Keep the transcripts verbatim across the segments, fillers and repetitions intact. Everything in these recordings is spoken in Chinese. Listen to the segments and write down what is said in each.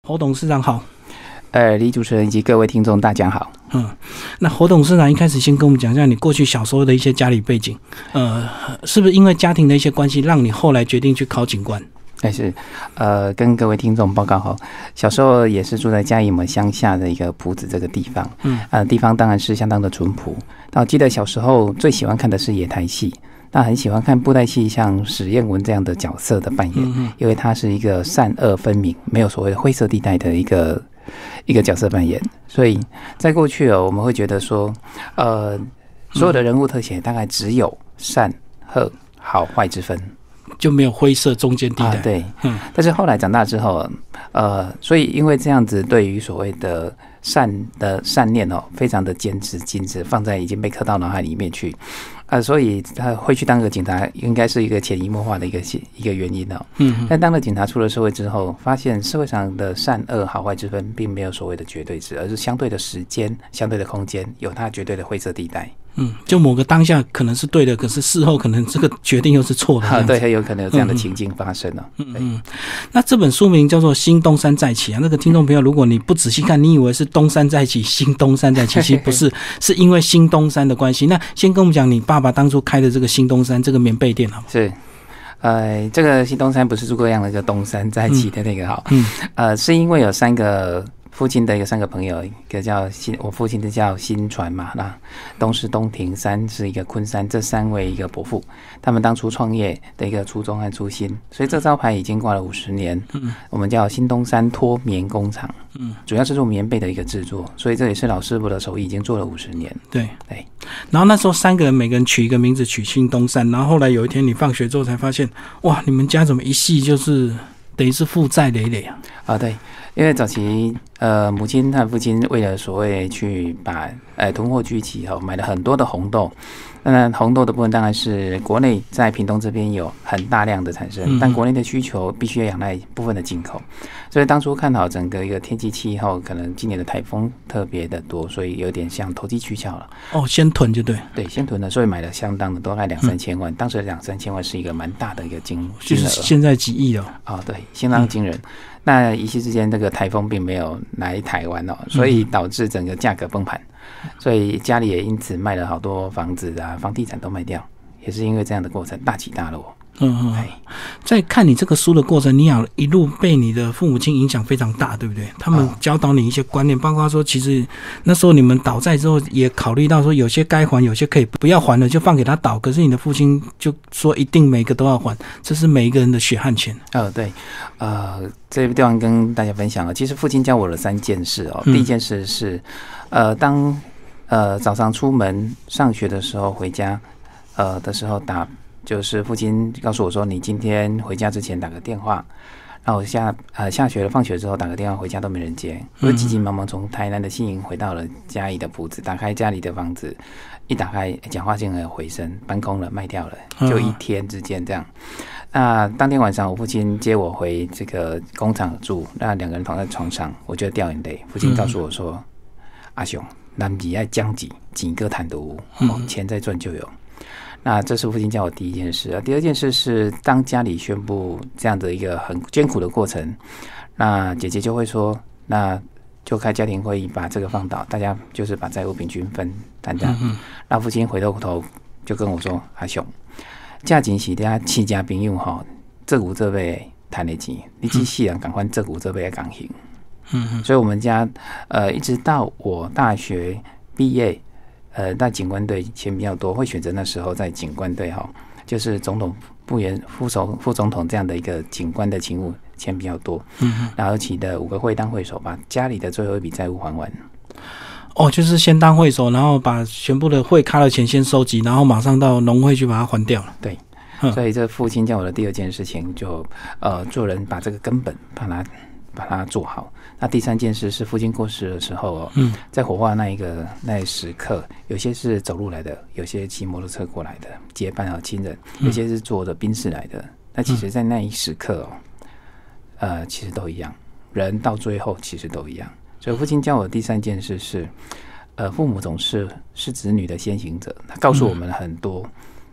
侯董事长好。 呃，李主持人以及各位听众大家好。 嗯，那侯董事长一开始先跟我们讲一下你过去小时候的一些家里背景，呃，是不是因为家庭的一些关系，让你后来决定去考警官？ 但是，呃，跟各位听众报告哈，小时候也是住在嘉义我们乡下的一个埔子这个地方，嗯，呃，地方当然是相当的淳朴。那我记得小时候最喜欢看的是野台戏。那很喜欢看布袋戏，像史艳文这样的角色的扮演，嗯嗯，因为他是一个善恶分明，没有所谓的灰色地带的一个一个角色扮演，所以在过去哦，我们会觉得说，呃，所有的人物特写大概只有善恶好坏之分， 就没有灰色中间地带。 啊、对，嗯，但是后来长大之后，呃，所以因为这样子，对于所谓的善的善念哦，非常的坚持精致，放在已经被刻到脑海里面去。呃，所以他会去当个警察，应该是一个潜移默化的一个一个原因哦。嗯，但当了警察出了社会之后，发现社会上的善恶好坏之分，并没有所谓的绝对值，而是相对的时间、相对的空间，有它绝对的灰色地带。 嗯，就某个当下可能是对的，可是事后可能这个决定又是错的。 啊，对，很有可能有这样的情境发生了。 嗯 嗯, 嗯，那这本书名叫做《新东山再起》啊，那个听众朋友，如果你不仔细看，你以为是东山再起，新东山再起，其实不是，是因为新东山的关系。那先跟我们讲，你爸爸当初开的这个新东山这个棉被店好吗？ 是。呃，这个新东山不是诸葛亮的一个东山再起的那个哈，嗯，呃，是因为有三个。父亲的一个三个朋友，一个叫新，我父亲的叫新传嘛，那东是东庭，山是一个昆山，这三位一个伯父，他们当初创业的一个初衷和初心，所以这招牌已经挂了五十年。嗯，我们叫新东山脱棉工厂，嗯，主要是做棉被的一个制作，所以这也是老师傅的手艺，已经做了五十年。 对对。然后那时候三个人每个人取一个名字，取新东山，然后后来有一天你放学之后才发现，哇，你们家怎么一系就是等于是负债累累啊？ 啊，对。因为早期呃，母亲和父亲为了所谓去把呃囤货聚集后，买了很多的红豆。那红豆的部分当然是国内在屏东这边有很大量的产生，嗯、但国内的需求必须要仰赖部分的进口。所以当初看好整个一个天气气候，可能今年的台风特别的多，所以有点像投机取巧了。 哦，先囤就对。 对，先囤了，所以买了相当的，大概两三千万。嗯、当时两三千万是一个蛮大的一个金就是现在几亿哦。 哦，对，相当惊人。嗯，那一夕之间，这个台风并没有来台湾哦，所以导致整个价格崩盘，所以家里也因此卖了好多房子啊，房地产都卖掉，也是因为这样的过程大起大落。 嗯嗯，在看你这个书的过程，你也一路被你的父母亲影响非常大，对不对？他们教导你一些观念，包括说，其实那时候你们倒债之后，也考虑到说，有些该还，有些可以不要还了，就放给他倒。可是你的父亲就说，一定每个都要还，这是每一个人的血汗钱。 哦，对，呃，这个地方跟大家分享了，其实父亲教我了三件事哦。嗯、第一件事是，呃，当呃早上出门上学的时候，回家呃的时候打。就是父亲告诉我说，你今天回家之前打个电话，然后我下呃下学了，放学之后打个电话回家都没人接，我就急急忙忙从台南的新营回到了嘉义的埔子，打开家里的房子，一打开讲话竟然有回声，搬空了，卖掉了，就一天之间这样。那当天晚上我父亲接我回这个工厂住，那两个人躺在床上，我就掉眼泪。父亲告诉我说：“嗯、阿雄，男儿爱将钱，钱个赚都有，哦，钱再赚就有。”那这是父亲教我第一件事啊。第二件事是，当家里宣布这样的一个很艰苦的过程，那姐姐就会说，那就开家庭会议，把这个放倒，大家就是把债务平均分担这样。嗯、那父亲回过头就跟我说：“阿雄，这钱是大家亲家朋友吼，这股这辈赚的钱，你这世人赶快这股这辈的港行。”嗯，所以我们家呃一直到我大学毕业。呃，在警官队钱比较多，会选择那时候在警官队哈，就是总统部员、副总、副总统这样的一个警官的勤务钱比较多，嗯，然后起的五个会当会手，把家里的最后一笔债务还完。 哦，就是先当会手，然后把全部的会咖的钱先收集，然后马上到农会去把它还掉了。 对，所以这父亲教我的第二件事情就，呃，做人把这个根本把它把它做好。那第三件事是父亲过世的时候哦，嗯、在火化那一个那一时刻，有些是走路来的，有些骑摩托车过来的结伴啊亲人，有些是坐着宾士来的。那其实，在那一时刻哦，呃，其实都一样，人到最后其实都一样。所以父亲教我的第三件事是，呃，父母总是是子女的先行者，他告诉我们很多。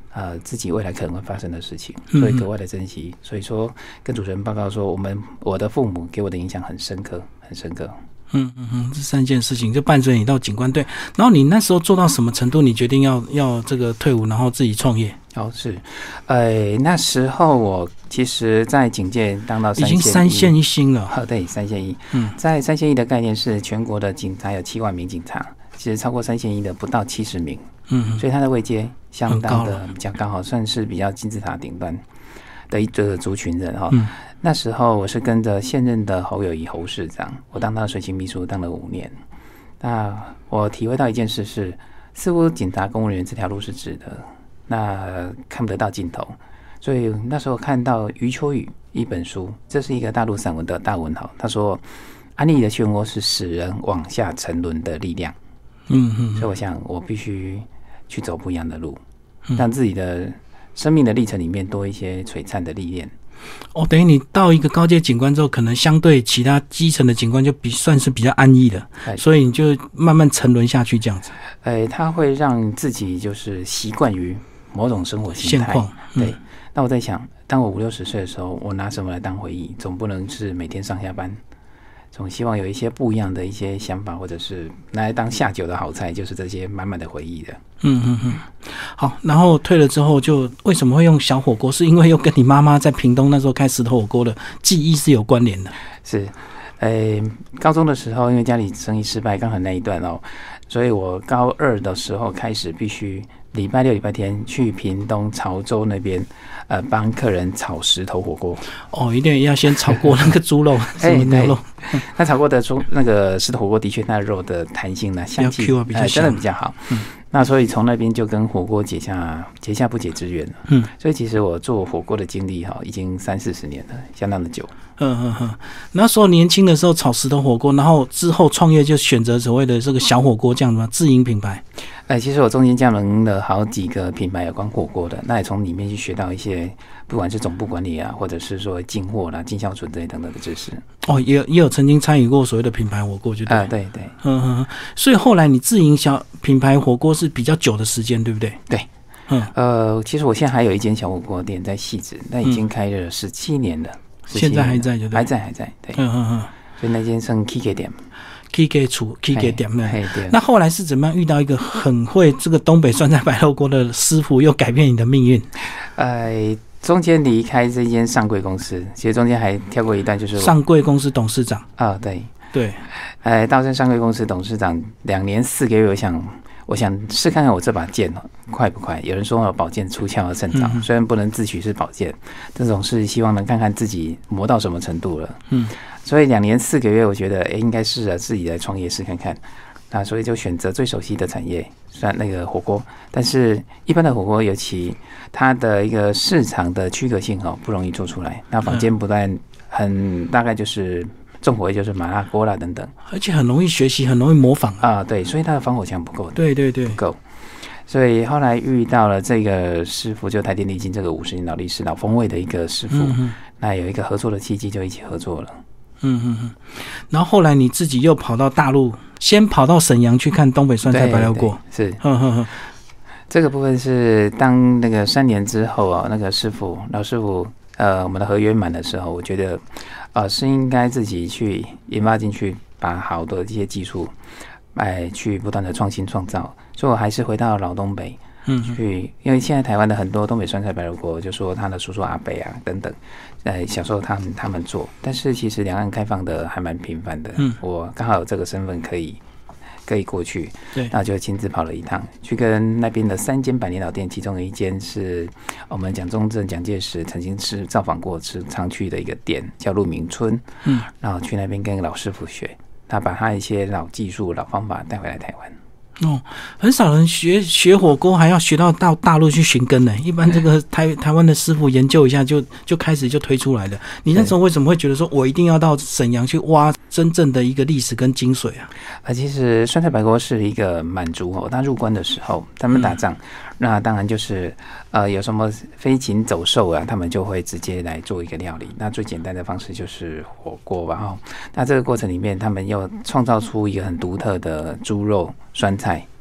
呃自己未来可能会发生的事情，所以格外的珍惜。所以说跟主持人报告说，我们我的父母给我的影响很深刻，很深刻。 嗯嗯嗯，这三件事情就伴随你到警官队，然后你那时候做到什么程度？你决定要要这个退伍，然后自己创业？ 哦，是，呃，那时候我其实，在警界当到三线一，已经三线一星了。 哦，对，三线一。嗯，在三线一的概念是全国的警察有七万名警察，其实超过三线一的不到七十名。嗯，所以他的位阶相当的比较高，算是比较金字塔顶端的一个族群人哈。嗯，那时候我是跟着现任的侯友宜侯市长，我当他的随行秘书，当了五年。那我体会到一件事是，似乎警察公务人员这条路是直的，那看不得到尽头。所以那时候看到余秋雨一本书，这是一个大陆散文的大文豪，他说安逸的漩涡是使人往下沉沦的力量。嗯嗯，所以我想我必须去走不一样的路，让自己的生命的历程里面多一些璀璨的历练。 哦，等于你到一个高阶警官之后，可能相对其他基层的警官就比算是比较安逸的，所以你就慢慢沉沦下去这样子。 呃，他会让自己就是习惯于某种生活形态。现况，嗯、对。那我在想，当我五六十岁的时候，我拿什么来当回忆？总不能是每天上下班。总希望有一些不一样的一些想法，或者是拿来当下酒的好菜，就是这些满满的回忆的。 嗯嗯嗯。好，然后退了之后，就为什么会用小火锅？是因为又跟你妈妈在屏东那时候开石头火锅的记忆是有关联的。 是，呃，高中的时候因为家里生意失败，刚好那一段哦，所以我高二的时候开始必须礼拜六、礼拜天去屏东潮州那边，呃，帮客人炒石头火锅。 哦，一定要先炒过那个猪肉，什么牛肉。 欸、那炒过的猪那个石头火锅的确，它的肉的弹性呢、香气比较、呃、 真的比较好。嗯，那所以从那边就跟火锅结下结下不解之缘了。嗯，所以其实我做火锅的经历哈，已经三四十年了，相当的久。 嗯嗯嗯，那时候年轻的时候炒石头火锅，然后之后创业就选择所谓的这个小火锅这样的自营品牌。 哎，其实我中间加盟了好几个品牌有关火锅的，那也从里面去学到一些，不管是总部管理啊，或者是说进货啦、经销存这些等等的知识。 哦，也也有曾经参与过所谓的品牌火锅，就对。 啊、呃，对对。 嗯嗯，所以后来你自营小品牌火锅是比较久的时间，对不对？ 对。嗯，呃，其实我现在还有一间小火锅店在汐止，那已经开了十七年了。 现在还在就对， 还在还在，对， 嗯嗯嗯， 所以那间算 K K 店 ，K K 厨 K K 店呢。那后来是怎么样遇到一个很会这个东北酸菜白肉锅的师傅，又改变你的命运？ 呃，中间离开这间上柜公司，其实中间还跳过一段，就是上柜公司董事长啊，对对， 呃，到这上柜公司董事长两年四个月，我想。我想试看看我这把剑快不快。有人说宝剑出鞘要趁早，虽然不能自诩是宝剑，这种是希望能看看自己磨到什么程度了。嗯，所以两年四个月，我觉得哎，应该试着自己来创业试看看。那所以就选择最熟悉的产业，算那个火锅。但是一般的火锅，尤其它的一个市场的区隔性哦，不容易做出来。那坊间不但很大概就是。重火味就是麻辣锅啦等等， 而且很容易学习，很容易模仿啊。对，所以他的防火墙不够， 对对对， 不够。所以后来遇到了这个师傅，就台电力金这个五十年老历史、老风味的一个师傅，嗯、那有一个合作的契机，就一起合作了。 嗯嗯嗯。然后后来你自己又跑到大陆，先跑到沈阳去看东北酸菜白肉锅， 是。呵呵呵这个部分是当那个三年之后啊，那个师傅老师傅。呃，我们的合约满的时候，我觉得，呃，是应该自己去研发进去，把好的这些技术，哎，去不断的创新创造。所以我还是回到老东北，嗯，去，因为现在台湾的很多东北酸菜白肉锅，就说他的叔叔阿伯啊等等，呃，小时候他们他们做，但是其实两岸开放的还蛮频繁的，嗯，我刚好有这个身份可以。可以过去，对，那就亲自跑了一趟，去跟那边的三间百年老店，其中的一间是我们蒋中正、蒋介石曾经是造访过、是常去的一个店，叫鹿鸣村。嗯，然后去那边跟老师傅学，他把他一些老技术、老方法带回来台湾。 哦，很少人学学火锅还要学到到大陆去寻根呢。一般这个台台湾的师傅研究一下就就开始就推出来了。你那时候为什么会觉得说我一定要到沈阳去挖真正的一个历史跟精髓啊？ 啊，其实酸菜白锅是一个满族哦，他入关的时候他们打仗，嗯、那当然就是呃有什么飞禽走兽啊，他们就会直接来做一个料理。那最简单的方式就是火锅吧哦。那这个过程里面，他们又创造出一个很独特的猪肉酸菜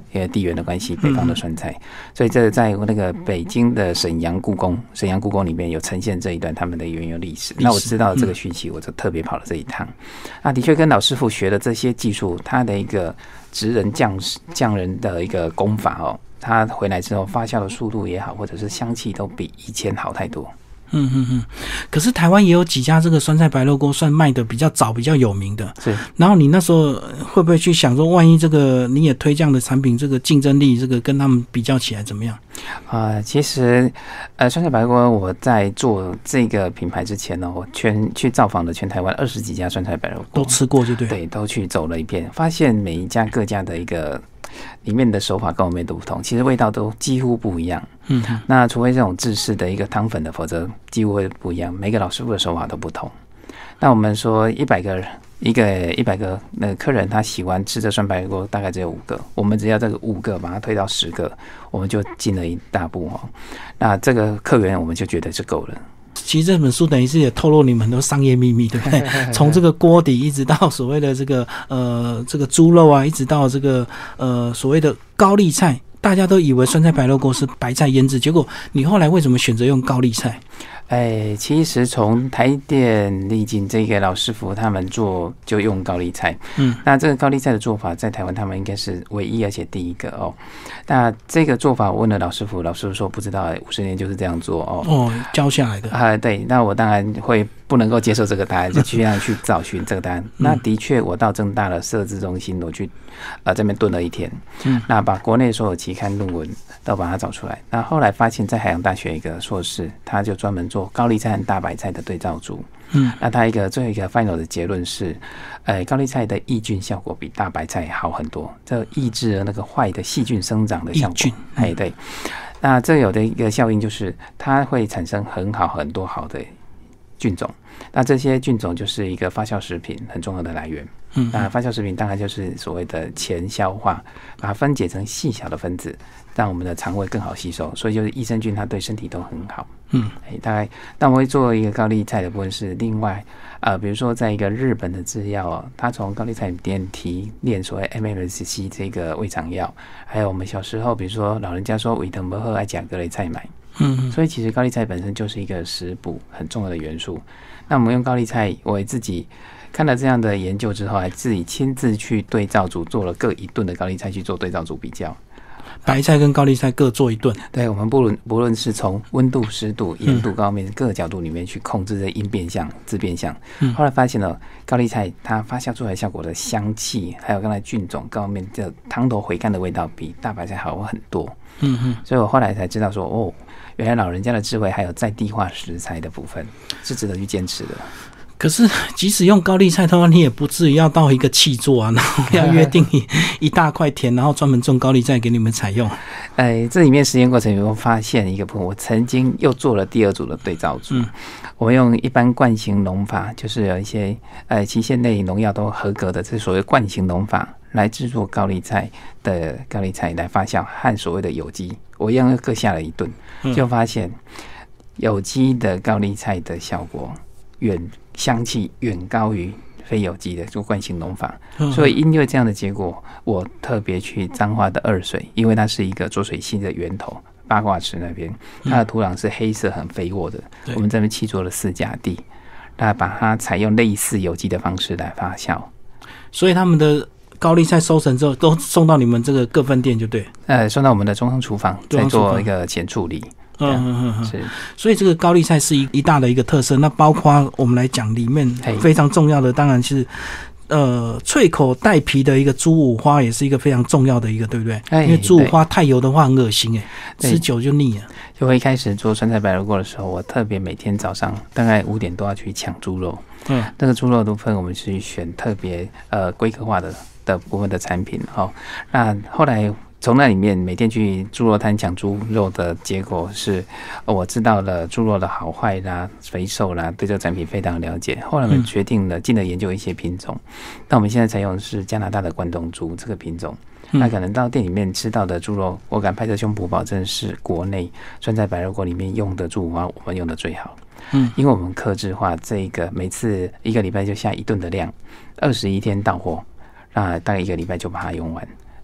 因为地缘的关系，北方的酸菜，嗯、所以这在那个北京的沈阳故宫，沈阳故宫里面有呈现这一段他们的源由历史。那我知道这个讯息，我就特别跑了这一趟。嗯、那的确跟老师傅学的这些技术，他的一个职人匠匠人的一个功法哦，他回来之后发酵的速度也好，或者是香气都比以前好太多。 嗯嗯嗯，可是台湾也有几家这个酸菜白肉锅算卖的比较早、比较有名的。 是， 然后你那时候会不会去想说，万一这个你也推这样的产品，这个竞争力这个跟他们比较起来怎么样？ 啊、呃，其实呃，酸菜白肉锅我在做这个品牌之前呢，我全去造访了全台湾二十几家酸菜白肉锅， 都吃过就对。 对，都去走了一遍，发现每一家各家的一个里面的手法跟我们都不同，其实味道都几乎不一样。嗯，那除非这种制式的一个汤粉的，否则几乎会不一样。每个老师傅的手法都不同。那我们说一百个一个一百个那个客人，他喜欢吃这酸白锅，大概只有五个。我们只要这个五个把它推到十个，我们就进了一大步哦。那这个客源我们就觉得是够了。 其实这本书等于是也透露你们很多商业秘密，对不对？从这个锅底一直到所谓的这个呃这个猪肉啊，一直到这个呃所谓的高丽菜，大家都以为酸菜白肉锅是白菜腌制，结果你后来为什么选择用高丽菜？ 哎，其实从台电历经这个老师傅他们做就用高丽菜，嗯，那这个高丽菜的做法在台湾他们应该是唯一而且第一个哦。那这个做法我问了老师傅，老师傅说不知道，五十年就是这样做哦。哦， 教下来的啊、呃，对，那我当然会不能够接受这个答案，就去让去找寻这个答案。嗯、那的确，我到政大的设置中心，我去呃这边蹲了一天，嗯，那把国内所有期刊论文都把它找出来。那后来发现，在海洋大学一个硕士，他就专门做高丽菜和大白菜的对照组。嗯，那他一个最后一个 final 的结论是，呃，高丽菜的抑菌效果比大白菜好很多，这抑制了那个坏的细菌生长的效果。抑菌，哎，对。那这有的一个效应就是，它会产生很好很多好的菌种。那这些菌种就是一个发酵食品很重要的来源。嗯，那发酵食品当然就是所谓的前消化，把它分解成细小的分子，让我们的肠胃更好吸收。所以就是益生菌它对身体都很好。嗯，大概那我会做一个高丽菜的部分是另外呃，比如说在一个日本的制药哦，它从高丽菜里面提炼所谓 M S C 这个胃肠药，还有我们小时候比如说老人家说胃疼不好爱吃高丽菜买。嗯，所以其实高丽菜本身就是一个食补很重要的元素。那我们用高丽菜，我也自己看了这样的研究之后，还自己亲自去对照组做了各一顿的高丽菜去做对照组比较。 白菜跟高丽菜各做一顿， 对，我们不论不论是从温度、湿度、盐度高面各个角度里面去控制这因变相、自变相。嗯，后来发现了高丽菜它发酵出来的效果的香气，还有刚才菌种高面的汤头回甘的味道，比大白菜好很多。嗯嗯，所以我后来才知道说，哦，原来老人家的智慧还有在地化食材的部分是值得去坚持的。 可是，即使用高丽菜的话，你也不至于要到一个契作啊，然后要约定一一大块田，然后专门种高丽菜给你们采用。 哎，这里面实验过程有没有发现一个部分？我曾经又做了第二组的对照组，嗯、我们用一般惯性农法，就是有一些呃期限内农药都合格的，这是所谓惯性农法来制作高丽菜的高丽菜来发酵，和所谓的有机，我一样各下了一顿，就发现有机的高丽菜的效果远。香气远高于非有机的做惯性农法，嗯、所以因为这样的结果，我特别去彰化的二水，因为它是一个浊水溪的源头，八卦池那边，它的土壤是黑色很肥沃的，嗯、我们这边去做了四甲地，那把它采用类似有机的方式来发酵， 所以他们的高丽菜收成之后，都送到你们这个各分店就对， 呃，送到我们的中央厨房，再做一个前处理。 嗯嗯嗯，是，所以这个高丽菜是一一大的一个特色。那包括我们来讲里面非常重要的，当然是呃脆口带皮的一个猪五花，也是一个非常重要的一个，对不对？因为猪五花太油的话很恶心哎，吃久就腻了。就我一开始做酸菜白肉锅的时候，我特别每天早上大概五点多要去抢猪肉。嗯，那个猪肉的部分我们是选特别呃规格化的的部分的产品哦。那后来。从那里面每天去猪肉摊抢猪肉的结果是，我知道了猪肉的好坏啦、肥瘦啦，对这个产品非常了解。后来我们决定了进了研究一些品种，那我们现在采用的是加拿大的关东猪这个品种。那可能到店里面吃到的猪肉，我敢拍着胸脯保证是国内酸菜白肉锅里面用的猪五花，我们用的最好。嗯，因为我们客制化这个每次一个礼拜就下一顿的量，二十一天到货，那大概一个礼拜就把它用完。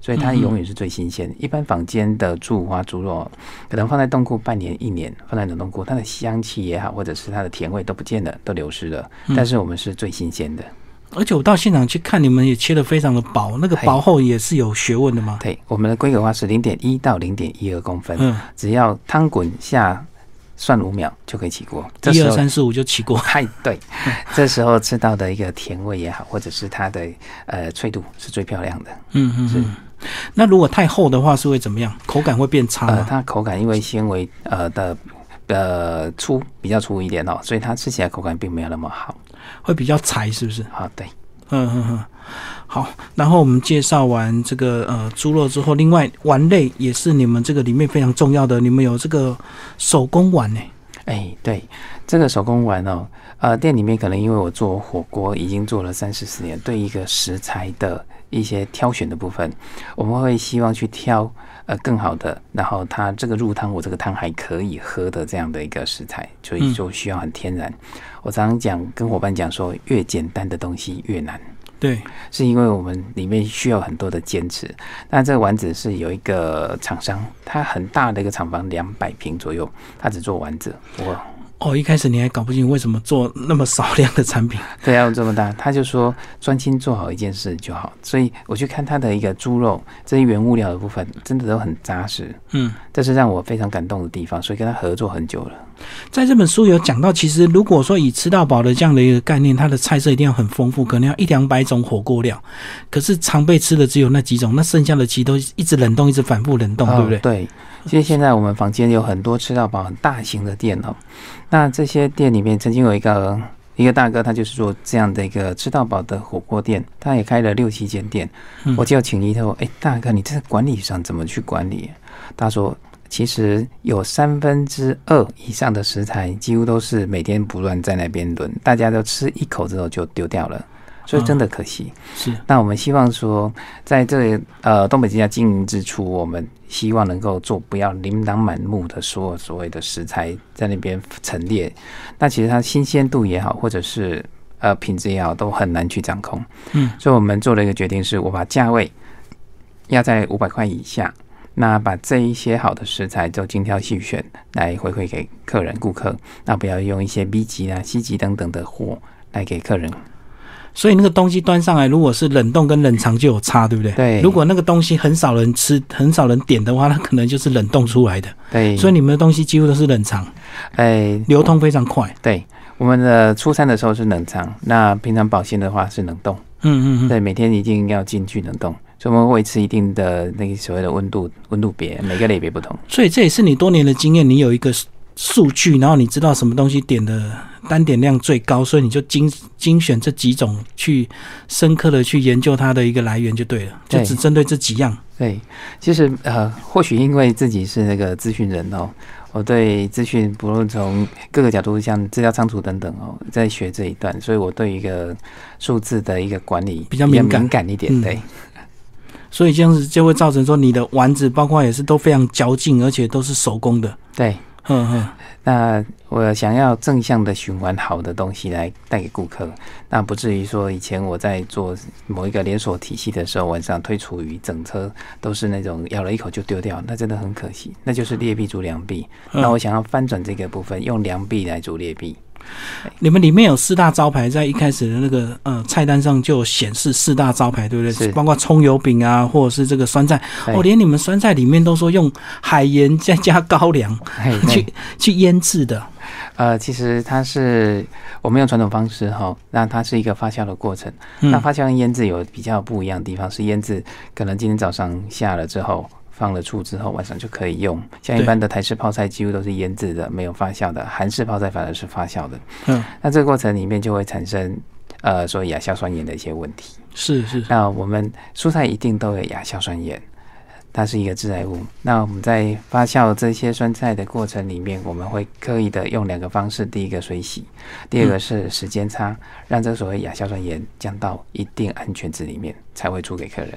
所以它永远是最新鲜的。一般坊间的猪五花猪肉可能放在冻库半年一年，放在冷冻库，它的香气也好，或者是它的甜味都不见了，都流失了。但是我们是最新鲜的。 而且我到现场去看，你们也切得非常的薄，那个薄厚也是有学问的吗？ 对，我们的规格化是零点一到零点一二公分，嗯，只要汤滚下算五秒就可以起锅， 一二三四五就起锅。 嗨，对，这时候吃到的一个甜味也好，或者是它的呃脆度是最漂亮的。 嗯嗯，是。那如果太厚的话是会怎么样？口感会变差吗？ 呃，它口感因为纤维呃的呃粗比较粗一点哦，所以它吃起来口感并没有那么好。 会比较柴是不是？ 好，对， 嗯嗯嗯，好。然后我们介绍完这个呃猪肉之后，另外碗类也是你们这个里面非常重要的，你们有这个手工碗呢。 哎，对，这个手工碗哦，呃，店里面可能因为我做火锅已经做了三四十年，对一个食材的一些挑选的部分，我们会希望去挑呃更好的，然后它这个入汤，我这个汤还可以喝的这样的一个食材，所以就需要很天然。嗯、我常常讲跟伙伴讲说，越简单的东西越难。 对， 是因为我们里面需要很多的坚持。那这个丸子是有一个厂商，它很大的一个厂房，两百平左右，它只做丸子。我哦，一开始你还搞不清为什么做那么少量的产品。 对啊，这么大，他就说专心做好一件事就好。所以我去看他的一个猪肉这些原物料的部分，真的都很扎实。嗯，这是让我非常感动的地方，所以跟他合作很久了。 在这本书有讲到，其实如果说以吃到饱的这样的一个概念，它的菜色一定要很丰富，可能要一两百种火锅料。可是常被吃的只有那几种，那剩下的其实都一直冷冻，一直反复冷冻，哦、对不对？ 对。其实现在我们坊间有很多吃到饱很大型的店哦，那这些店里面曾经有一个一个大哥，他就是做这样的一个吃到饱的火锅店，他也开了六七间店。嗯、我就请一他说：“哎，大哥，你这管理上怎么去管理？”他说：“其实有三分之二以上的食材几乎都是每天不断在那边轮，大家都吃一口之后就丢掉了。”所以真的可惜。嗯、是。那我们希望说，在这个呃东北之家经营之初，我们希望能够做不要琳琅满目的所有所谓的食材在那边陈列。那其实它新鲜度也好，或者是呃品质也好，都很难去掌控。嗯。所以我们做了一个决定，是我把价位压在五百块以下，那把这一些好的食材就精挑细选来回馈给客人顾客，那不要用一些 B 级啊、C 级等等的货来给客人。 所以那个东西端上来，如果是冷冻跟冷藏就有差，对不对？ 对。 如果那个东西很少人吃、很少人点的话，那可能就是冷冻出来的。 对。 所以你们的东西几乎都是冷藏，哎，流通非常快。 对，我们的出餐的时候是冷藏，那平常保鲜的话是冷冻。嗯嗯嗯。对，每天一定要进去冷冻，所以我们维持一定的那个所谓的温度温度别，每个类别不同。 所以这也是你多年的经验，你有一个数据，然后你知道什么东西点的单点量最高，所以你就精精选这几种去深刻的去研究它的一个来源就对了，就只针对这几样。 对，其实呃，或许因为自己是那个资讯人哦，我对资讯不论从各个角度，像资料仓储等等哦，在学这一段，所以我对一个数字的一个管理比较敏感敏感一点，对。 嗯，所以这样子就会造成说你的丸子包括也是都非常嚼劲，而且都是手工的。 对。嗯嗯，那我想要正向的循环好的东西来带给顾客，那不至于说以前我在做某一个连锁体系的时候，晚上推厨余整车都是那种咬了一口就丢掉，那真的很可惜，那就是劣币逐良币。嗯、那我想要翻转这个部分，用良币来逐劣币。 你们里面有四大招牌，在一开始的那个呃菜单上就显示四大招牌，对不对？包括葱油饼啊，或者是这个酸菜。哦，连你们酸菜里面都说用海盐再加高粱去去腌制的。 呃，其实它是我们用传统方式哈，那它是一个发酵的过程。嗯、那发酵跟腌制有比较不一样的地方，是腌制可能今天早上下了之后。放了醋之后，晚上就可以用。像一般的台式泡菜几乎都是腌制的，没有发酵的。韩式泡菜反而是发酵的。嗯，那这个过程里面就会产生呃，所谓亚硝酸盐的一些问题。 是是。 那我们蔬菜一定都有亚硝酸盐，它是一个致癌物。那我们在发酵这些酸菜的过程里面，我们会刻意的用两个方式：第一个水洗，第二个是时间差，让这个所谓亚硝酸盐降到一定安全值里面，才会出给客人。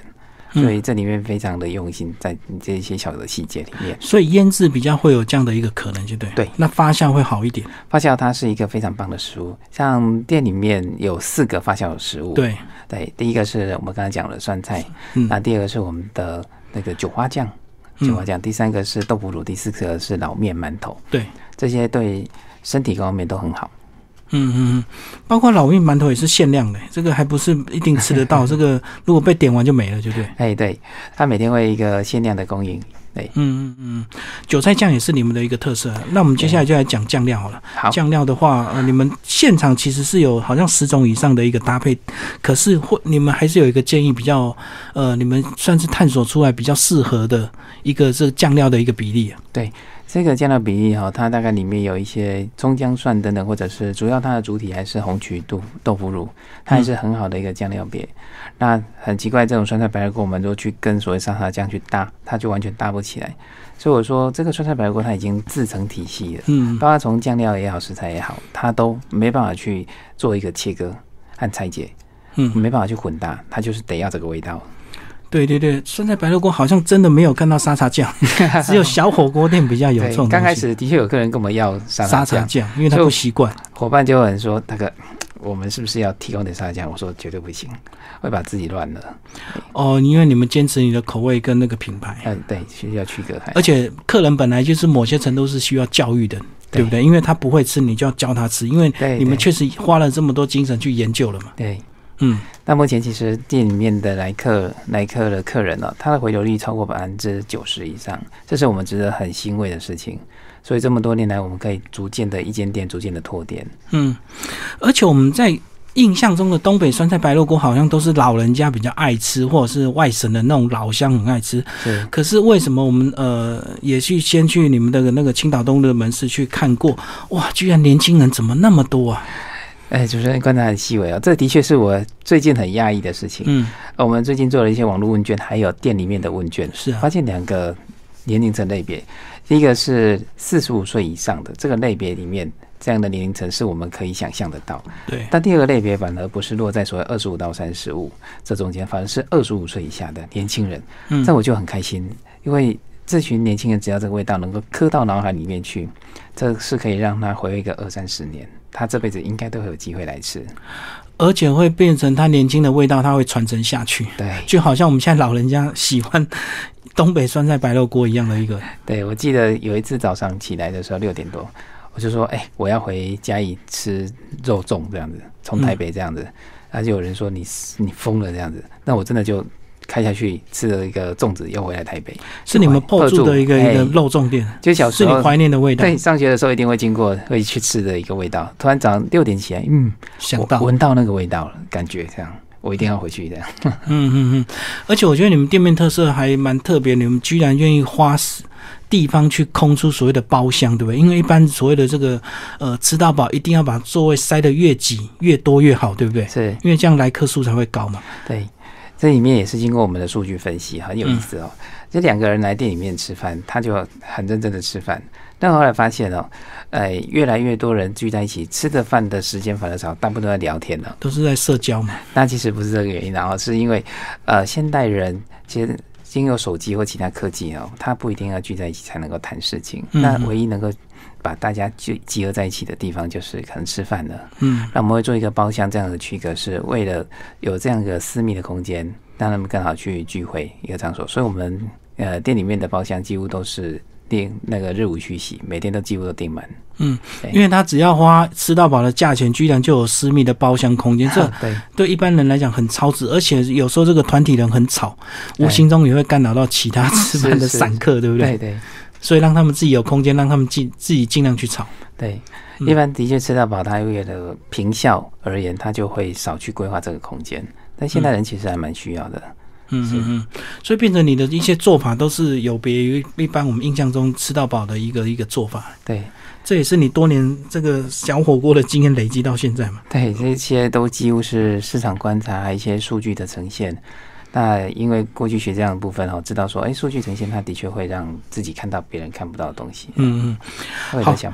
所以这里面非常的用心在这些小的细节里面。 所以腌制比较会有这样的一个可能，就对。 对， 那发酵会好一点。 发酵它是一个非常棒的食物，像店里面有四个发酵的食物。 对对，第一个是我们刚才讲的酸菜， 嗯， 那第二个是我们的那个韭花酱，韭花酱，第三个是豆腐乳，第四个是老面馒头。 对，这些对身体各方面都很好。 嗯嗯，包括老面馒头也是限量的，这个还不是一定吃得到，这个如果被点完就没了，就对。 哎，对，它每天会一个限量的供应。对， 嗯嗯嗯，韭菜酱也是你们的一个特色。那我们接下来就来讲酱料好了。 好， 酱料的话，呃，你们现场其实是有好像十种以上的一个搭配，可是或你们还是有一个建议比较，呃，你们算是探索出来比较适合的一个这酱料的一个比例啊。 对。这个酱料比例哈，它大概里面有一些葱姜蒜等等，或者是主要它的主体还是红曲豆豆腐乳，它还是很好的一个酱料别。嗯、那很奇怪，这种酸菜白肉锅，我们都去跟所谓沙茶酱去搭，它就完全搭不起来。所以我说，这个酸菜白肉锅它已经自成体系了，嗯，包括从酱料也好，食材也好，它都没办法去做一个切割和拆解，嗯，没办法去混搭，它就是得要这个味道。 对对对，酸菜白肉锅好像真的没有看到沙茶酱，只有小火锅店比较有这种东西。 刚开始的确有客人跟我们要沙茶酱， 酱因为他不习惯。 伙伴就有人说：“那个，我们是不是要提供点沙茶酱？”我说：“绝对不行，会把自己乱了。” 哦，因为你们坚持你的口味跟那个品牌， 嗯，对，需要区隔。 而且客人本来就是某些程度是需要教育的，对不对？因为他不会吃，你就要教他吃，因为你们确实花了这么多精神去研究了嘛。 对。嗯，那目前其实店里面的来客来客的客人呢、哦，他的回流率超过百分之九十以上，这是我们值得很欣慰的事情。所以这么多年来，我们可以逐渐的一间店逐渐的拓店。嗯， 而且我们在印象中的东北酸菜白肉锅好像都是老人家比较爱吃，或者是外省的那种老乡很爱吃。是，可是为什么我们呃也去先去你们的那个青岛东路的门市去看过？哇，居然年轻人怎么那么多啊？ 哎，主持人观察很细微哦，这的确是我最近很讶异的事情。嗯，我们最近做了一些网络问卷，还有店里面的问卷，是、啊、发现两个年龄层类别，第一个是四十五岁以上的这个类别里面，这样的年龄层是我们可以想象得到。对，但第二个类别反而不是落在所谓二十五到三十五这中间，反而是二十五岁以下的年轻人。嗯，这我就很开心，因为这群年轻人只要这个味道能够刻到脑海里面去，这是可以让他回味个二三十年。他这辈子应该都会有机会来吃， 而且会变成他年轻的味道，他会传承下去。对，就好像我们现在老人家喜欢东北酸菜白肉锅一样的一个。 对，我记得有一次早上起来的时候六点多，我就说：“哎、欸，我要回嘉义吃肉粽这样子，从台北这样子。嗯”然后就有人说：“你你疯了这样子。”那我真的就开下去吃了一个粽子，又回来台北。 是你们破住的一个一个肉粽店， 就小时候是你怀念的味道。 对，上学的时候一定会经过，会去吃的一个味道。突然早上六点起来，嗯， 想到闻到那个味道了，感觉这样，我一定要回去这样。嗯嗯嗯。而且我觉得你们店面特色还蛮特别，你们居然愿意花地方去空出所谓的包厢，对不对？因为一般所谓的这个呃吃到饱，一定要把座位塞得越挤越多越好，对不对？是，因为这样来客数才会高嘛。 对。这里面也是经过我们的数据分析，很有意思哦。这、嗯、两个人来店里面吃饭，他就很认真的吃饭。但后来发现哦，呃，越来越多人聚在一起吃的饭的时间反而少，大部分都在聊天了， 都是在社交嘛。 那其实不是这个原因，然后是因为呃，现代人其实经由手机或其他科技哦，他不一定要聚在一起才能够谈事情。嗯、那唯一能够把大家聚集合在一起的地方，就是可能吃饭了。嗯，那我们会做一个包厢这样的区隔，是为了有这样一个私密的空间，让他们更好去聚会一个场所。所以我们呃店里面的包厢几乎都是订那个日无虚席，每天都几乎都订满。 嗯，因为他只要花吃到饱的价钱，居然就有私密的包厢空间，这对对一般人来讲很超值，而且有时候这个团体人很吵，无形中也会干扰到其他吃饭的散客，对不对？对对。所以让他们自己有空间，让他们自自己尽量去吵。 对，一般的确吃到饱，他为了平效而言，他就会少去规划这个空间。但现代人其实还蛮需要的。 嗯嗯嗯，所以变成你的一些做法都是有别于一般我们印象中吃到饱的一个一个做法。 对， 这也是你多年这个小火锅的经验累积到现在嘛。 对，这些都几乎是市场观察还有一些数据的呈现。那因为过去学这样的部分哦，知道说，哎，数据呈现它的确会让自己看到别人看不到的东西。嗯嗯，会有的想法。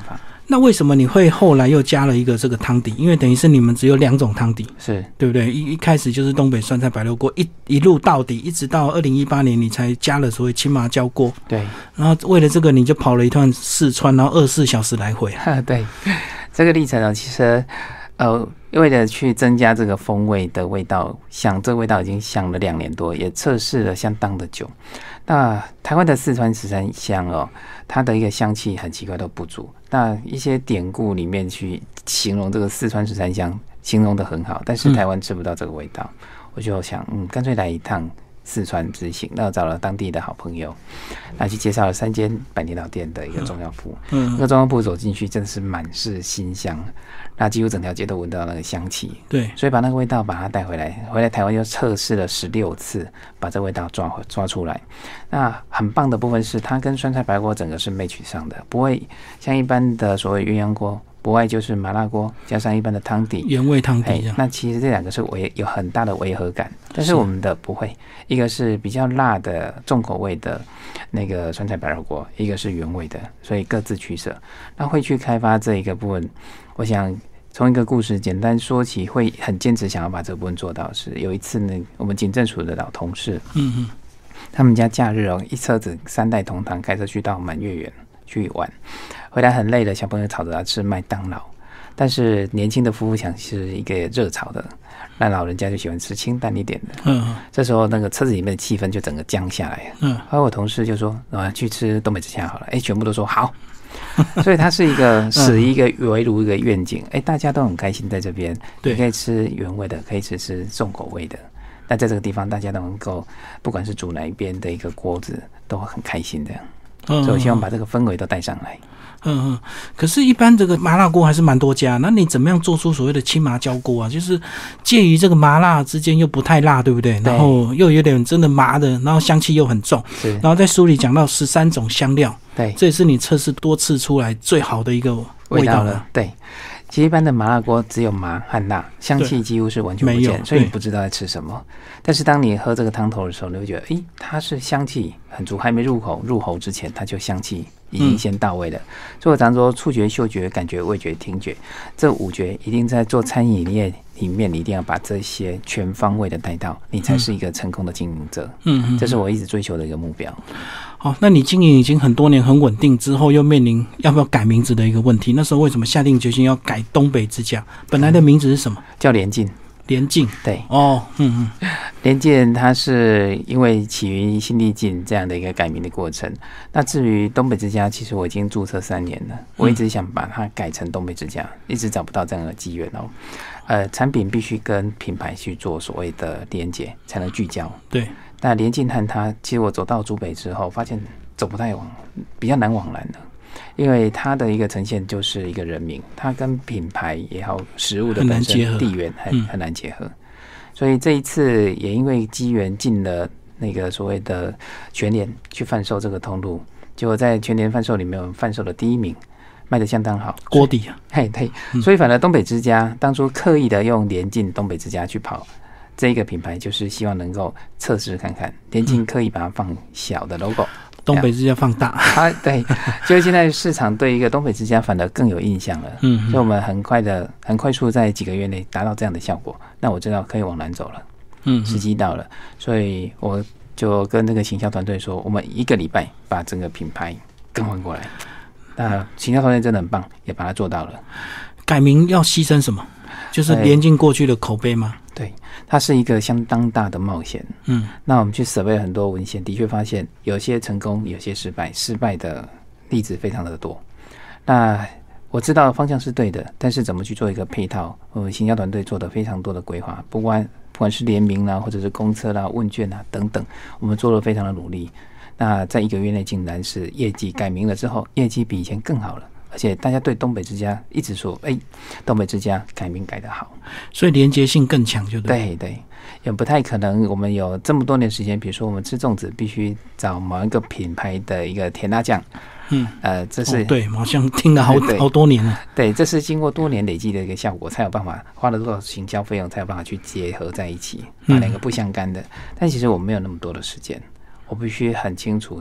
那为什么你会后来又加了一个这个汤底？因为等于是你们只有两种汤底， 是对不对？一一开始就是东北酸菜白肉锅，一一路到底，一直到二零一八年你才加了所谓青麻椒锅。 对， 然后为了这个你就跑了一段四川，然后二十四小时来回。 对，这个历程呢，其实呃，为了去增加这个风味的味道，想这个味道已经想了两年多，也测试了相当的久。那台湾的四川十三香哦，它的一个香气很奇怪都不足。那一些典故里面去形容这个四川十三香，形容的很好，但是台湾吃不到这个味道。嗯、我就想，嗯，干脆来一趟四川之行。那我找了当地的好朋友，那去介绍了三间百年老店的一个中药铺。嗯，那个中药铺走进去，真的是满是馨香。那几乎整条街都闻到那个香气， 对， 所以把那个味道把它带回来，回来台湾又测试了十六次，把这味道抓抓出来。那很棒的部分是，它跟酸菜白锅整个是 match 上的，不会像一般的所谓鸳鸯锅，不外就是麻辣锅加上一般的汤底原味汤底。 那其实这两个是违有很大的违和感，但是我们的不会，一个是比较辣的重口味的那个酸菜白肉锅，一个是原味的，所以各自取舍。那会去开发这一个部分，我想从一个故事简单说起，会很坚持想要把这部分做到。是有一次呢，我们警政署的老同事，嗯嗯，他们家假日哦，一车子三代同堂开车去到满月园去玩，回来很累了，小朋友吵着要吃麦当劳，但是年轻的夫妇想吃一个热炒的，那老人家就喜欢吃清淡一点的。嗯，这时候那个车子里面的气氛就整个降下来了。嗯，后来我同事就说啊，去吃东北之家好了，哎，全部都说好。所以它是一个使一个围炉一个愿景，哎、欸，大家都很开心在这边，你可以吃原味的，可以吃吃重口味的。那在这个地方，大家都能够，不管是煮哪一边的一个锅子，都很开心的。所以我希望把这个氛围都带上来。 嗯嗯，可是，一般这个麻辣锅还是蛮多家，那你怎么样做出所谓的青麻椒锅啊？就是介于这个麻辣之间又不太辣，对不对？然后又有点真的麻的，然后香气又很重。然后在书里讲到十三种香料， 对， 这也是你测试多次出来最好的一个味道了。 对，其实一般的麻辣锅只有麻和辣，香气几乎是完全不见，所以你不知道在吃什么。但是当你喝这个汤头的时候，你会觉得，诶，它是香气很足，还没入口入喉之前，它就香气已经先到位了。嗯、所以我常说，触觉、嗅觉、感觉、味觉、听觉这五觉，一定在做餐饮业里面，你一定要把这些全方位的带到，你才是一个成功的经营者。嗯嗯，这是我一直追求的一个目标。 好，那你经营已经很多年，很稳定之后，又面临要不要改名字的一个问题。那时候为什么下定决心要改东北之家？本来的名字是什么？嗯、 叫联晋。 联晋， 对， 哦，嗯嗯， 联晋它是因为起于新力晋这样的一个改名的过程。那至于东北之家，其实我已经注册三年了，我一直想把它改成东北之家，一直找不到这样的机缘哦。呃，产品必须跟品牌去做所谓的连结，才能聚焦。 对， 那联晋和它，其实我走到竹北之后，发现走不太往，比较难往来的。因为它的一个呈现就是一个人名，它跟品牌也好，食物的本身地缘很很难结合，所以这一次也因为机缘进了那个所谓的全联去贩售这个通路，结果在全联贩售里面我们贩售的第一名，卖得相当好， 锅底啊， 嘿对，所以反而东北之家当初刻意的用联晋东北之家去跑这个品牌，就是希望能够测试看看，联晋刻意把它放小的 logo。 东北之家放大啊，对，就是现在市场对一个东北之家反而更有印象了，嗯，所以我们很快的、很快速在几个月内达到这样的效果，那我知道可以往南走了，嗯，时机到了，所以我就跟那个行销团队说，我们一个礼拜把整个品牌更换过来，那行销团队真的很棒，也把它做到了。 改名要牺牲什么？就是连进过去的口碑吗？ 对，它是一个相当大的冒险。嗯，那我们去survey很多文献，的确发现有些成功，有些失败，失败的例子非常的多。那我知道方向是对的，但是怎么去做一个配套？我们行销团队做的非常多的规划，不管不管是联名啦，或者是公车啦、问卷啦等等，我们做了非常的努力。那在一个月内，竟然是业绩改名了之后，业绩比以前更好了。而且大家对东北之家一直说，哎、欸，东北之家改名改得好， 所以连结性更强，就对。 对对，也不太可能。我们有这么多年时间，比如说我们吃粽子，必须找某一个品牌的一个甜辣酱，嗯，呃，这是、 哦、对，好像听了好好多年了。 对，这是经过多年累积的一个效果，才有办法花了多少行销费用，才有办法去结合在一起，把两个不相干的。嗯、但其实我们没有那么多的时间。我必须很清楚的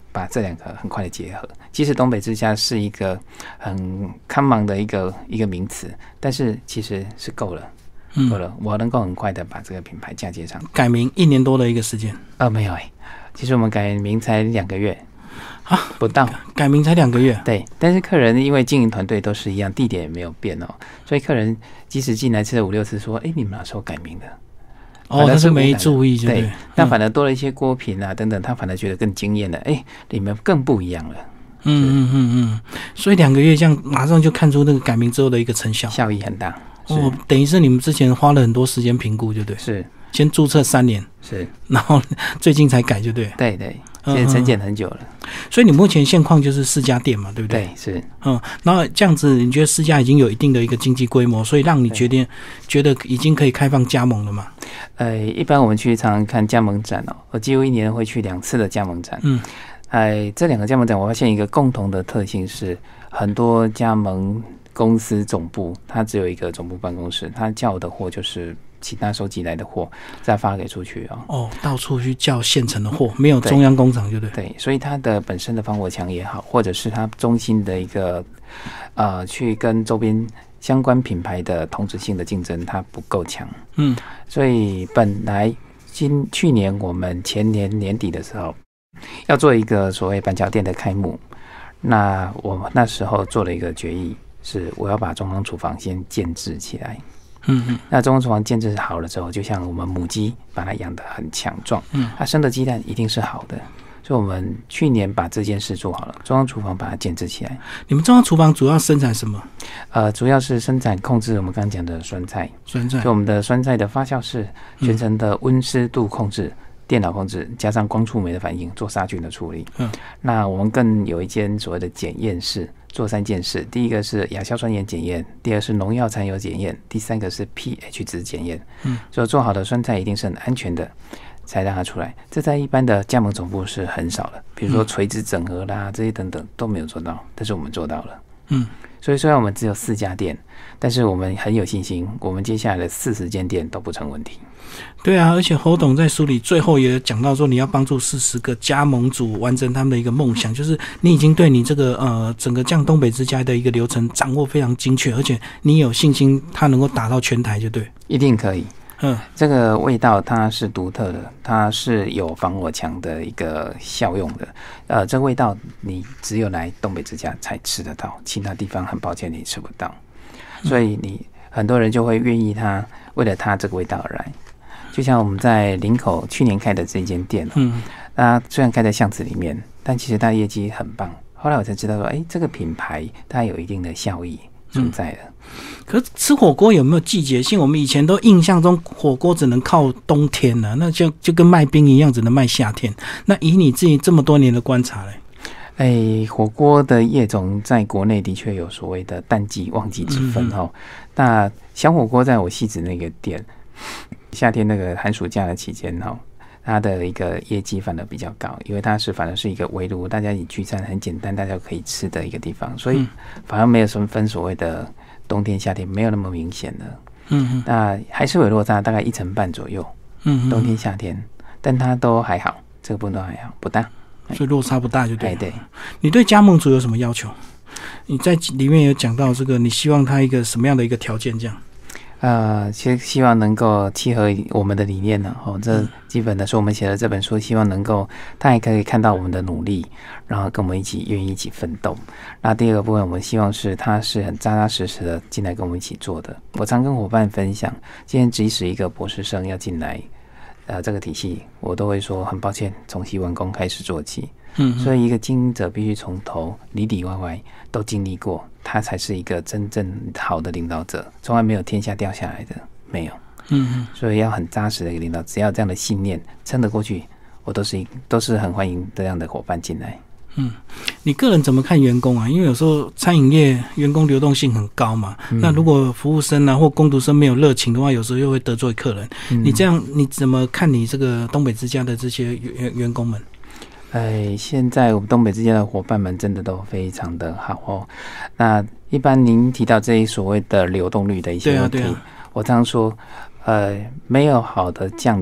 把这两个很快的结合。其实东北之家是一个很看忙的一个一个名词，但是其实是够了。够了，我能够很快的把这个品牌嫁接上。 改名一年多的一个时间？ 呃，没有哎、欸，其实我们改名才两个月啊， 不到。 改名才两个月？ 对，但是客人因为经营团队都是一样，地点也没有变哦，所以客人即使进来吃了五六次，说：“哎，你们哪时候改名的？” 哦，他是没注意就对， 对，但反而多了一些锅品啊等等，他反而觉得更惊艳了。哎，你们更不一样了。 嗯嗯嗯嗯，所以两个月这样，马上就看出那个改名之后的一个成效， 效益很大。 哦，等于是你们之前花了很多时间评估，就对， 是先注册三年， 是， 然后最近才改，就对， 对对，现在沉淀很久了。 嗯、所以你目前现况就是四家店嘛，对不对？ 对，是， 嗯，然后这样子，你觉得四家已经有一定的一个经济规模，所以让你决定觉得已经可以开放加盟了吗？ 呃，一般我们去常常看加盟展哦，我几乎一年会去两次的加盟展。嗯，哎，这两个加盟展，我发现一个共同的特性是，很多加盟公司总部它只有一个总部办公室，它叫的货就是其他收集来的货再发给出去哦。 哦，到处去叫现成的货，没有中央工厂，就对。 对，所以它的本身的防火墙也好，或者是它中心的一个呃，去跟周边相关品牌的同质性的竞争，它不够强。嗯，所以本来今去年我们前年年底的时候要做一个所谓板桥店的开幕，那我们那时候做了一个决议。是我要把中央厨房先建制起来，嗯嗯，那中央厨房建制好了之后，就像我们母鸡把它养得很强壮，嗯，它生的鸡蛋一定是好的，所以我们去年把这件事做好了，中央厨房把它建制起来。 你们中央厨房主要生产什么？ 呃，主要是生产控制我们刚刚讲的酸菜， 酸菜， 就我们的酸菜的发酵室，全程的温湿度控制。嗯电脑控制加上光触媒的反应做杀菌的处理。嗯，那我们更有一间所谓的检验室，做三件事。第一个是亚硝酸盐检验，第二是农药残留检验，第三个是 pH 值检验。嗯，所以做好的酸菜一定是很安全的，才让它出来。这在一般的加盟总部是很少的，比如说垂直整合啦这些等等都没有做到，但是我们做到了。嗯，所以虽然我们只有四家店，但是我们很有信心，我们接下来的四十间店都不成问题。 对啊，而且侯董在书里最后也讲到说，你要帮助四十个加盟主完成他们的一个梦想，就是你已经对你这个呃整个酱东北之家的一个流程掌握非常精确，而且你有信心它能够打到全台，就对， 一定可以。嗯，这个味道它是独特的，它是有防火墙的一个效用的。呃，这个味道你只有来东北之家才吃得到，其他地方很抱歉你吃不到，所以你很多人就会愿意他为了它这个味道而来。就像我们在林口去年开的这间店、哦，嗯，它虽然开在巷子里面，但其实它的业绩很棒。后来我才知道说，哎，这个品牌它有一定的效益存在的。嗯， 可是吃火锅有没有季节性？我们以前都印象中火锅只能靠冬天呢、啊，那就就跟卖冰一样，只能卖夏天。那以你自己这么多年的观察嘞， 哎，火锅的业种在国内的确有所谓的淡季旺季之分哈、哦。嗯、那小火锅在我戏子那个店，夏天那个寒暑假的期间哈、哦，它的一个业绩反而比较高，因为它是反而是一个围炉，大家一起聚餐很简单，大家可以吃的一个地方，所以反而没有什么分所谓的冬天夏天，没有那么明显的。嗯，那还是有落差，大概一成半左右。嗯，冬天夏天，但它都还好，这个部分都还好，不大。 所以落差不大就对了。 对， 你对加盟主有什么要求？你在里面有讲到这个，你希望他一个什么样的一个条件？这样？ 呃，其实希望能够契合我们的理念呢。哦，这基本的是我们写的这本书，希望能够他也可以看到我们的努力，然后跟我们一起愿意一起奋斗。那第二个部分，我们希望是他是很扎扎实实的进来跟我们一起做的。我常跟伙伴分享，今天即使一个博士生要进来。呃，这个体系我都会说很抱歉，从洗碗工开始做起。嗯，所以一个经营者必须从头里里外外都经历过，他才是一个真正好的领导者。从来没有天下掉下来的，没有。嗯，所以要很扎实的一个领导，只要这样的信念撑得过去，我都是都是很欢迎这样的伙伴进来。 嗯，你个人怎么看员工啊？因为有时候餐饮业员工流动性很高嘛，嗯、那如果服务生啊或工读生没有热情的话，有时候又会得罪客人。嗯、你这样你怎么看你这个东北之家的这些员员工们？ 哎，现在我们东北之家的伙伴们真的都非常的好哦。那一般您提到这一所谓的流动率的一些问题，对啊对啊，我常说，呃，没有好的将领，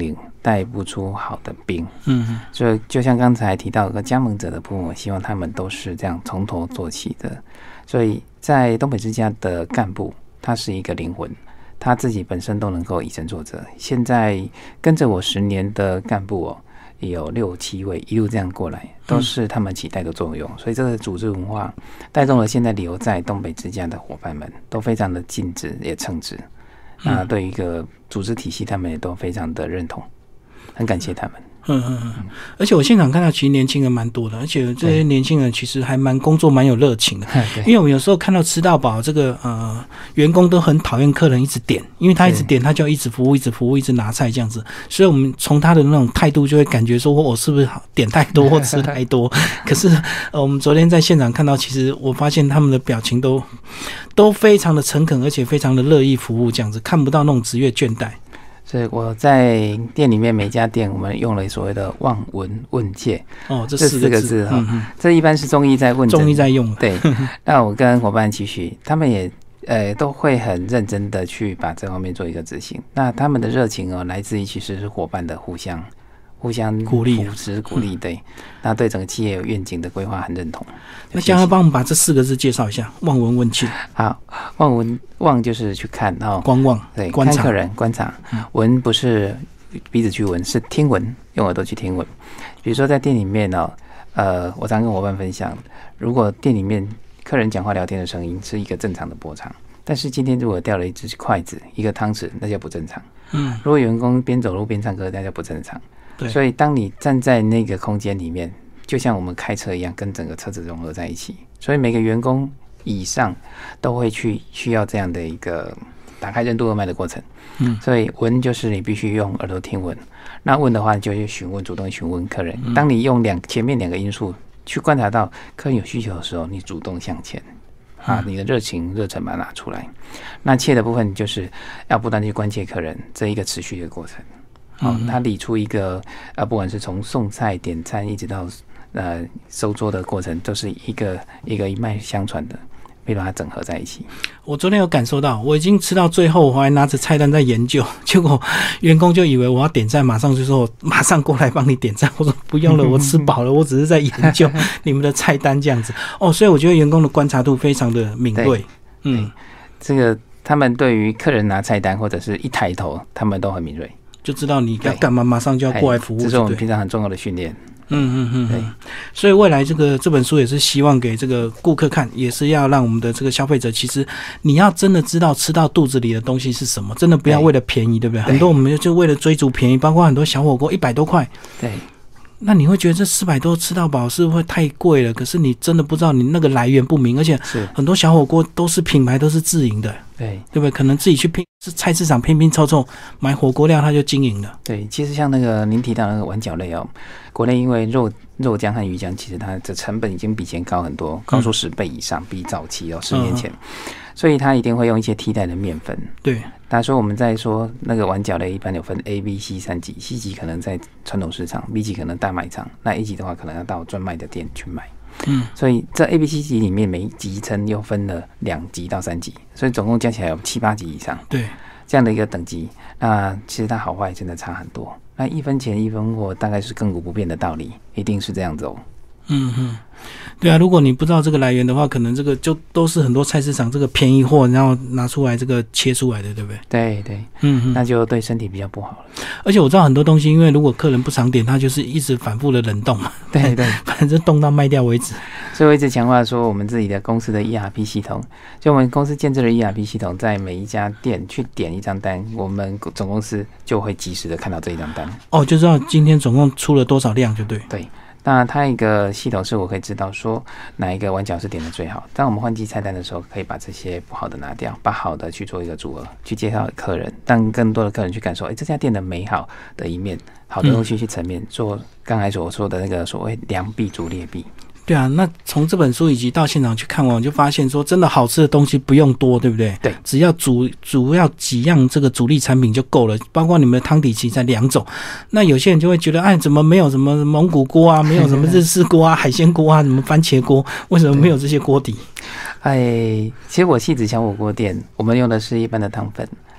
带不出好的兵。 嗯， 所以就像刚才提到的加盟者的部分，我希望他们都是这样从头做起的。所以在东北之家的干部，他是一个灵魂，他自己本身都能够以身作则。现在跟着我十年的干部哦，也有六七位一路这样过来，都是他们期待的作用。所以这个组织文化带动了现在留在东北之家的伙伴们，都非常的尽职也称职。那对于一个组织体系，他们也都非常的认同，很感谢他们。 嗯嗯嗯，而且我现场看到，其实年轻人蛮多的，而且这些年轻人其实还蛮工作蛮有热情的。因为我们有时候看到吃到饱这个呃员工都很讨厌客人一直点，因为他一直点，他就要一直服务，一直服务，一直拿菜这样子。所以我们从他的那种态度就会感觉说，我是不是点太多或吃太多？可是呃，我们昨天在现场看到，其实我发现他们的表情都都非常的诚恳，而且非常的乐意服务，这样子看不到那种职业倦怠。 所以我在店里面每家店，我们用了所谓的望闻问切哦，这四四个字哈、 嗯， 这一般是中医在问诊， 中医在用。 对，那我跟伙伴期许，他们也呃都会很认真的去把这方面做一个执行。那他们的热情哦，来自于其实是伙伴的互相互相鼓励、 扶持、鼓励。对，那对整个企业有愿景的规划很认同。 那江哥帮我们把这四个字介绍一下：望闻问切。 好，望闻望就是去看哦， 观望， 对， 观察看客人观察。闻不是鼻子去闻，是听闻，用耳朵去听闻。比如说在店里面哦，呃，我常跟伙伴分享，如果店里面客人讲话聊天的声音是一个正常的波长，但是今天如果掉了一只筷子、一个汤匙，那就不正常。嗯，如果员工边走路边唱歌，那就不正常。对，所以当你站在那个空间里面，就像我们开车一样，跟整个车子融合在一起。所以每个员工以上都会去需要这样的一个打开任督二脉的过程。嗯，所以闻就是你必须用耳朵听闻，那问的话，你就去询问，主动询问客人。当你用两前面两个因素去观察到客人有需求的时候，你主动向前。啊，你的热情热忱把它拿出来。那切的部分就是要不断去关切客人这一个持续的过程。好、哦，他理出一个呃，不管是从送菜、点餐一直到呃收桌的过程，都是一个一个一脉相传的，被把它整合在一起。 我昨天有感受到，我已经吃到最后，我还拿着菜单在研究，结果员工就以为我要点菜，马上就说我马上过来帮你点菜。我说不用了，我吃饱了，我只是在研究你们的菜单这样子。哦，所以我觉得员工的观察度非常的敏锐。嗯， 这个他们对于客人拿菜单或者是一抬头，他们都很敏锐。 就知道你要干嘛，马上就要过来服务。 这是我们平常很重要的训练。 嗯嗯嗯，所以未来这个这本书也是希望给这个顾客看，也是要让我们的这个消费者，其实你要真的知道吃到肚子里的东西是什么，真的不要为了便宜，对不对？很多我们就为了追逐便宜，包括很多小火锅一百多块， 对。 那你会觉得这四百多吃到饱是会太贵了，可是你真的不知道你那个来源不明，而且很多小火锅都是品牌都是自营的， 对对不对？可能自己去拼是菜市场拼拼凑凑买火锅料，他就经营了。 对，其实像那个您提到那个碗饺类哦，国内因为肉肉浆和鱼浆，其实它的成本已经比以前高很多，高出十倍以上，比早期哦十年前。嗯，所以他一定会用一些替代的面粉。 对， 他说我们在说那个碗饺类一般有分 A、B、C 三级 ，C 级可能在传统市场 ，B 级可能大卖场，那 A 级的话可能要到专卖的店去买。嗯，所以这 A、B、C 级里面每一级层又分了两级到三级，所以总共加起来有七八级以上。 对， 这样的一个等级，那其实它好坏真的差很多。那一分钱一分货，大概是亘古不变的道理，一定是这样子哦。 嗯哼，对啊，如果你不知道这个来源的话，可能这个就都是很多菜市场这个便宜货，然后拿出来这个切出来的，对不对？ 对对， 嗯哼， 那就对身体比较不好了。 而且我知道很多东西，因为如果客人不常点，他就是一直反复的冷冻嘛， 对对， 反正冻到卖掉为止。 所以我一直强化说，我们自己的公司的 E R P 系统，就我们公司建制的 E R P 系统，在每一家店去点一张单，我们总公司就会及时的看到这一张单。 哦，就知道今天总共出了多少量，就对。 对。那它一个系统是我可以知道说哪一个碗饺是点的最好，当我们换季菜单的时候，可以把这些不好的拿掉，把好的去做一个组合，去介绍给客人，让更多的客人去感受，哎，这家店的美好的一面，好的东西去层面，嗯、做刚才所说的那个所谓良币逐劣币。 对啊，那从这本书以及到现场去看完，我就发现说，真的好吃的东西不用多，对不对？ 对， 只要主主要几样这个主力产品就够了，包括你们的汤底其实才两种。那有些人就会觉得，哎，怎么没有什么蒙古锅啊，没有什么日式锅啊，海鲜锅啊，什么番茄锅，为什么没有这些锅底？ 哎，其实我戏子小火锅店，我们用的是一般的汤粉。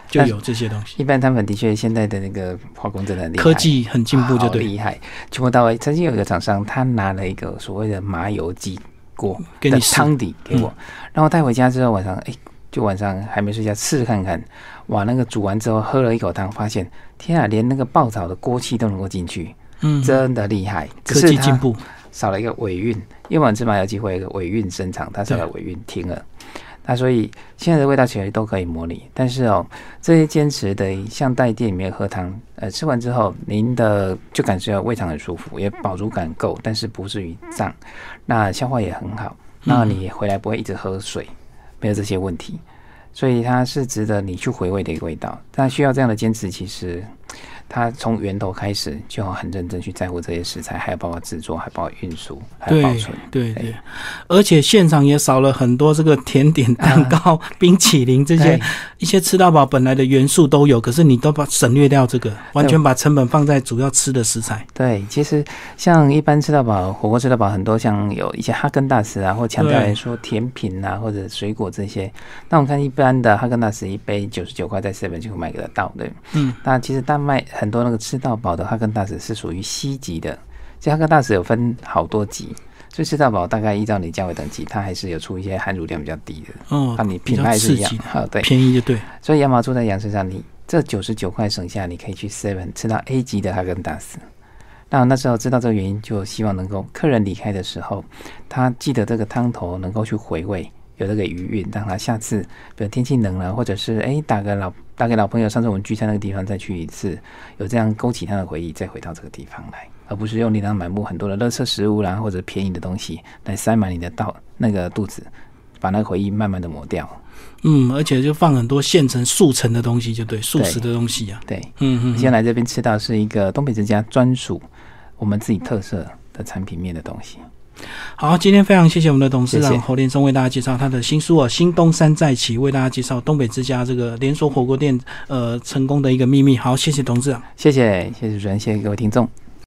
就有这些东西。 一般汤粉的确，现在的那个化工真的很厉害， 科技很进步，就对， 好厉害。从头到尾，曾经有一个厂商，他拿了一个所谓的麻油鸡锅的汤底给我，嗯、然后带回家之后，晚上哎，就晚上还没睡觉，试试看看，哇，那个煮完之后喝了一口汤，发现天啊，连那个爆炒的锅气都能够进去，嗯，真的厉害， 科技进步。 少了一个尾韵，因为我们芝麻油鸡会有一个尾韵生长，它少了尾韵停了。那所以现在的味道其实都可以模拟，但是哦，这些坚持的像在店里面喝汤，呃，吃完之后您的就感觉胃肠很舒服，也饱足感够，但是不至于胀，那消化也很好，那你回来不会一直喝水，没有这些问题，所以它是值得你去回味的一个味道。但需要这样的坚持，其实他从源头开始就要很认真去在乎这些食材，还有包括制作，还包括运输，还有保存。对 对, 对， 而且现场也少了很多这个甜点、蛋糕、啊、冰淇淋这些一些吃到饱本来的元素都有，可是你都把省略掉这个，完全把成本放在主要吃的食材。 对，其实像一般吃到饱火锅吃到饱，很多像有一些哈根达斯啊，或强调来说甜品啊，或者水果这些。那我们看一般的哈根达斯一杯九十九块，在 seven 就会买得到，对。嗯，那其实大卖。很多那个吃到饱的哈根达斯是属于 C 级的，所以哈根达斯有分好多级，所以吃到饱大概依照你价位等级，它还是有出一些含乳量比较低的。哦，那你品牌是一样， 好，对，便宜就对。 所以羊毛出在羊身上，你这九十九块省下，你可以去 seven 吃到 A 级的哈根达斯。那那时候知道这个原因，就希望能够客人离开的时候，他记得这个汤头能够去回味。有这个余韵，让他下次，比如天气冷了，或者是哎打个老打给老朋友，上次我们聚餐那个地方再去一次，有这样勾起他的回忆，再回到这个地方来，而不是用琳琅满目很多的垃圾食物啦，或者便宜的东西来塞满你的道那个肚子，把那个回忆慢慢的抹掉。 嗯，而且就放很多现成速成的东西，就对，速食的东西啊。 对，嗯嗯，今天来这边吃到是一个东北之家专属我们自己特色的产品面的东西。 好，今天非常谢谢我们的董事长侯连松为大家介绍他的新书啊，新东山再起，为大家介绍东北之家这个连锁火锅店呃成功的一个秘密。好，谢谢董事长， 谢谢谢谢主持人，谢谢各位听众。